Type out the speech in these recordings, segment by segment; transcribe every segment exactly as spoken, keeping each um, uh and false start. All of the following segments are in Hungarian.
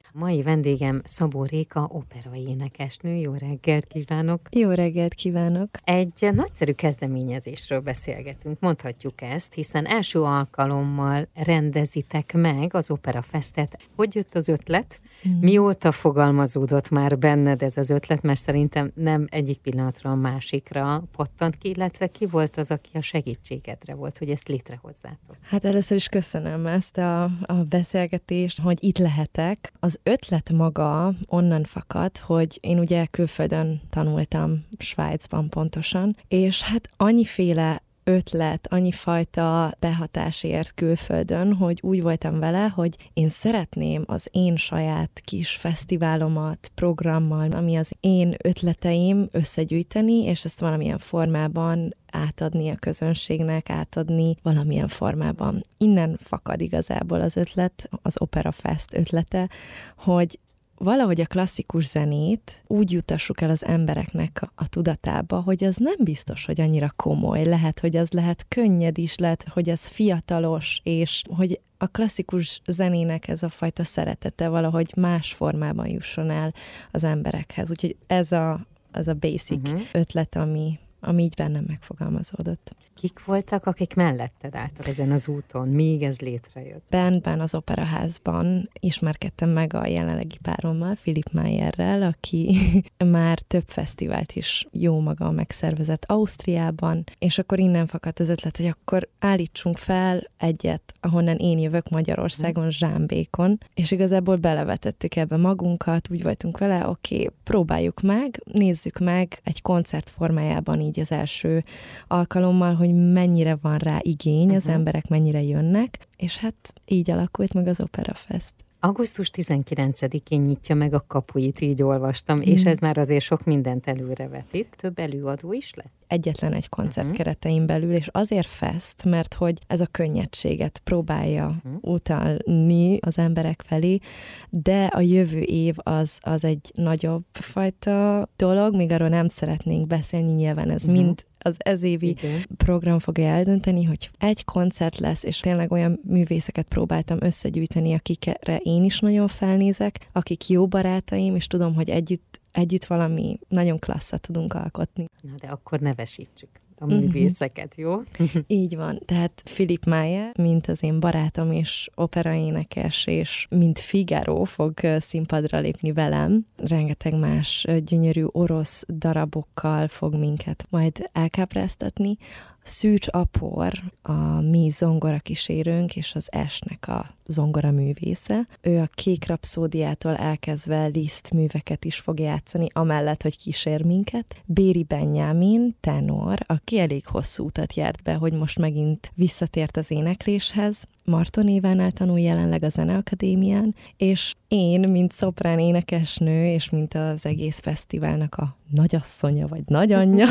Mai vendégem Szabó Réka, opera énekesnő. Jó reggelt kívánok! Jó reggelt kívánok! Egy nagyszerű kezdeményezésről beszélgetünk, mondhatjuk ezt, hiszen első alkalommal rendezitek meg az Opera Festet. Hogy jött az ötlet? Mm. Mióta fogalmazódott már benned ez az ötlet, mert szerintem nem egyik pillanatra a másikra pattant ki, illetve ki volt az, aki a segítségedre volt, hogy ezt létrehozzátok? Hát először is köszönöm ezt a, a beszélgetést, hogy itt lehetek. Az ötlet maga onnan fakad, hogy én ugye külföldön tanultam, Svájcban pontosan, és hát annyiféle ötlet, annyi fajta behatás ért külföldön, hogy úgy voltam vele, hogy én szeretném az én saját kis fesztiválomat, programmal, ami az én ötleteim összegyűjteni, és ezt valamilyen formában átadni a közönségnek, átadni valamilyen formában. Innen fakad igazából az ötlet, az Opera Fest ötlete, hogy valahogy a klasszikus zenét úgy jutassuk el az embereknek a, a tudatába, hogy az nem biztos, hogy annyira komoly. Lehet, hogy az lehet könnyed is, lehet, hogy az fiatalos, és hogy a klasszikus zenének ez a fajta szeretete valahogy más formában jusson el az emberekhez. Úgyhogy ez a, az a basic uh-huh. ötlet, ami, ami így bennem megfogalmazódott. Kik voltak, akik melletted álltak ezen az úton, míg ez létrejött? Bentben az operaházban ismerkedtem meg a jelenlegi párommal, Philipp Mayerrel, aki már több fesztivált is jó maga megszervezett Ausztriában, és akkor innen fakadt az ötlet, hogy akkor állítsunk fel egyet, ahonnan én jövök Magyarországon, Zsámbékon, és igazából belevetettük ebbe magunkat, úgy voltunk vele, oké, okay, próbáljuk meg, nézzük meg egy koncert formájában így az első alkalommal, hogy mennyire van rá igény, uh-huh. az emberek mennyire jönnek, és hát így alakult meg az Opera Fest. augusztus tizenkilencedikén nyitja meg a kapuit, így olvastam, mm. és ez már azért sok mindent előrevetít. Több előadó is lesz? Egyetlen egy koncert uh-huh. keretein belül, és azért fest, mert hogy ez a könnyedséget próbálja uh-huh. utalni az emberek felé, de a jövő év az, az egy nagyobb fajta dolog, még arról nem szeretnénk beszélni, nyilván ez uh-huh. mind az ezévi Igen. program fogja eldönteni, hogy egy koncert lesz, és tényleg olyan művészeket próbáltam összegyűjteni, akikre én is nagyon felnézek, akik jó barátaim, és tudom, hogy együtt, együtt valami nagyon klasszat tudunk alkotni. Na, de akkor nevesítsük a művészeket, jó? Így van. Tehát Philipp Mayer, mint az én barátom és operaénekes, és mint Figaro fog színpadra lépni velem. Rengeteg más gyönyörű orosz darabokkal fog minket majd elkápráztatni. Szűcs Apor, a mi zongorakísérőnk és az Esnek a zongora művésze. Ő a Kék Rapszódiától elkezdve Liszt műveket is fog játszani, amellett, hogy kísér minket. Béri Benyámin, tenor, aki elég hosszú utat járt be, hogy most megint visszatért az énekléshez. Marton Évánál tanul jelenleg a Zeneakadémián, és én, mint szoprán énekesnő, és mint az egész fesztiválnak a nagyasszonya, vagy nagyanyja,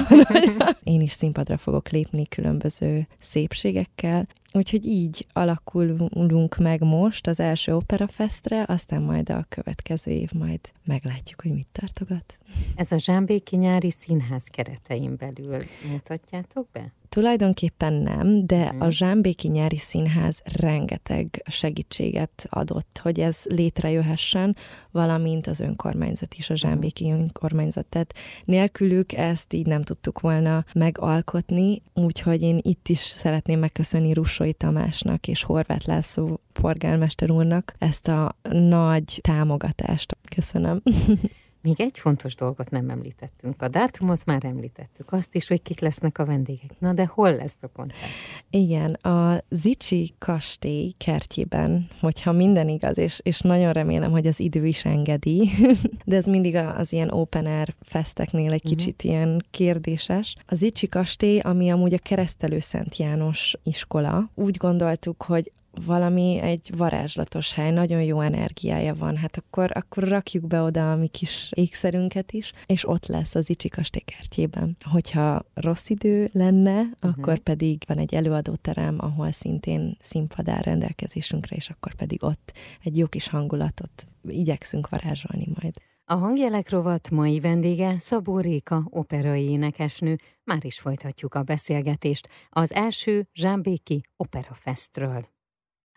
én is színpadra fogok lépni különböző szépségekkel. Úgyhogy így alakulunk meg most az első Operafestre, aztán majd a következő év majd meglátjuk, hogy mit tartogat. Ez a Zsámbéki Nyári Színház keretein belül mutatjátok be? Tulajdonképpen nem, de hmm. a Zsámbéki Nyári Színház rengeteg segítséget adott, hogy ez létrejöhessen, valamint az önkormányzat is, a Zsámbéki hmm. önkormányzat. Tehát nélkülük ezt így nem tudtuk volna megalkotni, úgyhogy én itt is szeretném megköszönni Russói Tamásnak és Horváth László polgármester úrnak ezt a nagy támogatást. Köszönöm. Még egy fontos dolgot nem említettünk. A dátumot már említettük. Azt is, hogy kik lesznek a vendégek. Na, de hol lesz a koncert? Igen, a Zichy kastély kertjében, hogyha minden igaz, és, és nagyon remélem, hogy az idő is engedi, de ez mindig az ilyen open air festeknél egy kicsit uh-huh. ilyen kérdéses. A Zichy kastély, ami amúgy a Keresztelő Szent János iskola, úgy gondoltuk, hogy valami egy varázslatos hely, nagyon jó energiája van, hát akkor, akkor rakjuk be oda a mi kis ékszerünket is, és ott lesz az Zichy kastély kertjében. Hogyha rossz idő lenne, uh-huh. akkor pedig van egy előadóterem, ahol szintén színpad áll rendelkezésünkre, és akkor pedig ott egy jó kis hangulatot igyekszünk varázsolni majd. A Hangjelek rovat mai vendége Szabó Réka, operai énekesnő. Már is folytatjuk a beszélgetést az első Zsámbéki Opera Festről.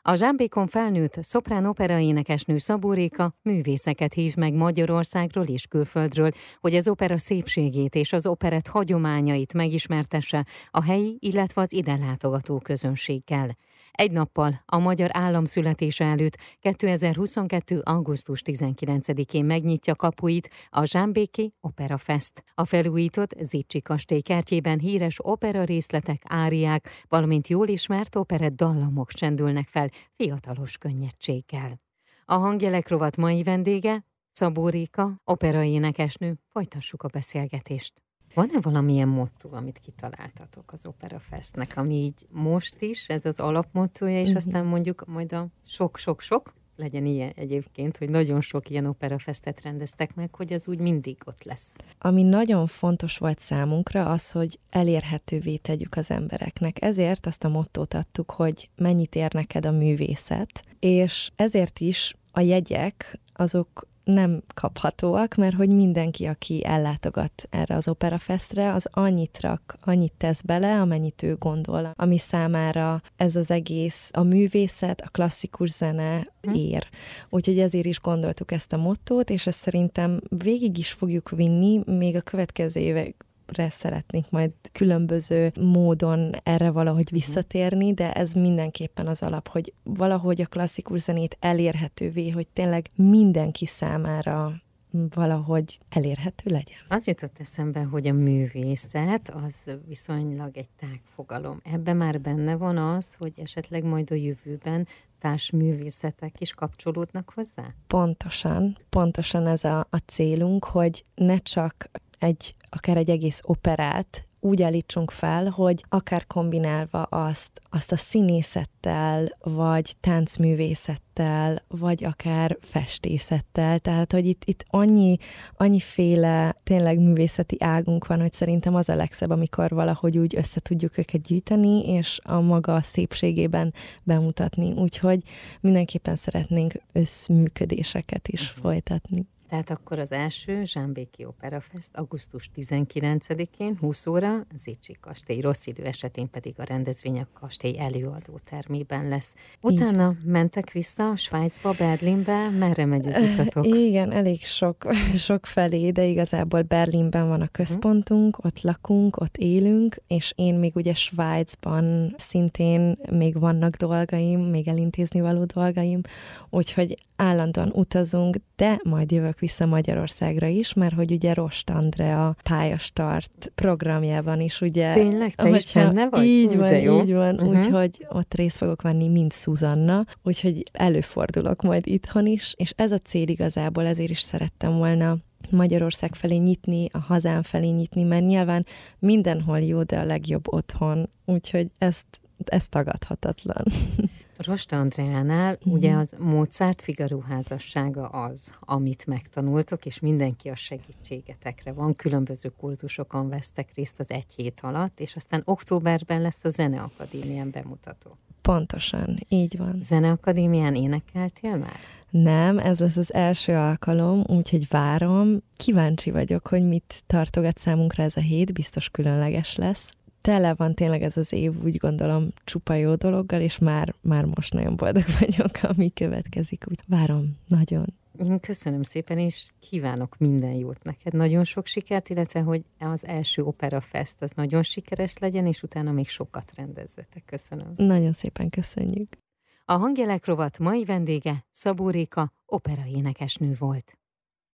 A Zsámbékon felnőtt szoprán operaénekesnő Szabó Réka művészeket hív meg Magyarországról és külföldről, hogy az opera szépségét és az operett hagyományait megismertesse a helyi, illetve az ide látogató közönséggel. Egy nappal a magyar állam születése előtt kétezer-huszonkettő. augusztus tizenkilencedikén megnyitja kapuit a Zsámbéki Opera Fest. A felújított Zichy kastély kertjében híres opera részletek, áriák, valamint jól ismert operett dallamok csendülnek fel fiatalos könnyedséggel. A Hangjelek rovat mai vendége Szabó Réka, operaénekesnő. Folytassuk a beszélgetést. Van-e valamilyen motto, amit kitaláltatok az Opera Festnek, ami így most is, ez az alapmottoja, és mm-hmm. aztán mondjuk majd a sok-sok-sok, legyen ilyen egyébként, hogy nagyon sok ilyen Opera Festet rendeztek meg, hogy az úgy mindig ott lesz. Ami nagyon fontos volt számunkra az, hogy elérhetővé tegyük az embereknek. Ezért azt a mottót adtuk, hogy mennyit ér neked a művészet, és ezért is a jegyek azok nem kaphatóak, mert hogy mindenki, aki ellátogat erre az Opera Festre, az annyit rak, annyit tesz bele, amennyit ő gondol, ami számára ez az egész, a művészet, a klasszikus zene ér. Úgyhogy ezért is gondoltuk ezt a mottót, és ezt szerintem végig is fogjuk vinni, még a következő évek szeretnénk majd különböző módon erre valahogy visszatérni, de ez mindenképpen az alap, hogy valahogy a klasszikus zenét elérhetővé, hogy tényleg mindenki számára valahogy elérhető legyen. Az jutott eszembe, hogy a művészet az viszonylag egy tág fogalom. Ebben már benne van az, hogy esetleg majd a jövőben társművészetek is kapcsolódnak hozzá? Pontosan, pontosan ez a, a célunk, hogy ne csak egy, akár egy egész operát úgy állítsunk fel, hogy akár kombinálva azt, azt a színészettel, vagy táncművészettel, vagy akár festészettel. Tehát, hogy itt, itt annyi, annyiféle tényleg művészeti águnk van, hogy szerintem az a legszebb, amikor valahogy úgy össze tudjuk őket gyűjteni, és a maga szépségében bemutatni. Úgyhogy mindenképpen szeretnénk összműködéseket is uh-huh. folytatni. Tehát akkor az első Zsámbéki Opera Fest augusztus tizenkilencedikén húsz óra Zichy kastély, rossz idő esetén pedig a rendezvény a kastély előadó termében lesz. Utána így mentek vissza Svájcba, Berlinbe, merre megy az utatok? Igen, elég sok, sok felé, de igazából Berlinben van a központunk, hmm. ott lakunk, ott élünk, és én még ugye Svájcban szintén még vannak dolgaim, még elintézni való dolgaim, úgyhogy állandóan utazunk, de majd jövök vissza Magyarországra is, mert hogy ugye Rost Andrea pályastart programjában is, ugye... Tényleg? Te is benne vagy? Így van, jó. így van. Uh-huh. Úgyhogy ott részt fogok venni, mint Szuzanna, úgyhogy előfordulok majd itthon is, és ez a cél igazából, ezért is szerettem volna Magyarország felé nyitni, a hazám felé nyitni, mert nyilván mindenhol jó, de a legjobb otthon. Úgyhogy ezt, ez tagadhatatlan. Rost Andreánál mm. ugye az Mozart Figaro házassága az, amit megtanultok, és mindenki a segítségetekre van. Különböző kurzusokon vesztek részt az egy hét alatt, és aztán októberben lesz a Zeneakadémián bemutató. Pontosan, így van. Zeneakadémián énekeltél már? Nem, ez lesz az első alkalom, úgyhogy várom. Kíváncsi vagyok, hogy mit tartogat számunkra ez a hét, biztos különleges lesz. Tele van tényleg ez az év, úgy gondolom, csupa jó dologgal, és már, már most nagyon boldog vagyok, ami következik. Úgy várom, nagyon. Én köszönöm szépen, és kívánok minden jót neked. Nagyon sok sikert, illetve, hogy az első Opera Fest az nagyon sikeres legyen, és utána még sokat rendezzetek. Köszönöm. Nagyon szépen köszönjük. A Hangjelek rovat mai vendége Szabó Réka, operaénekesnő volt.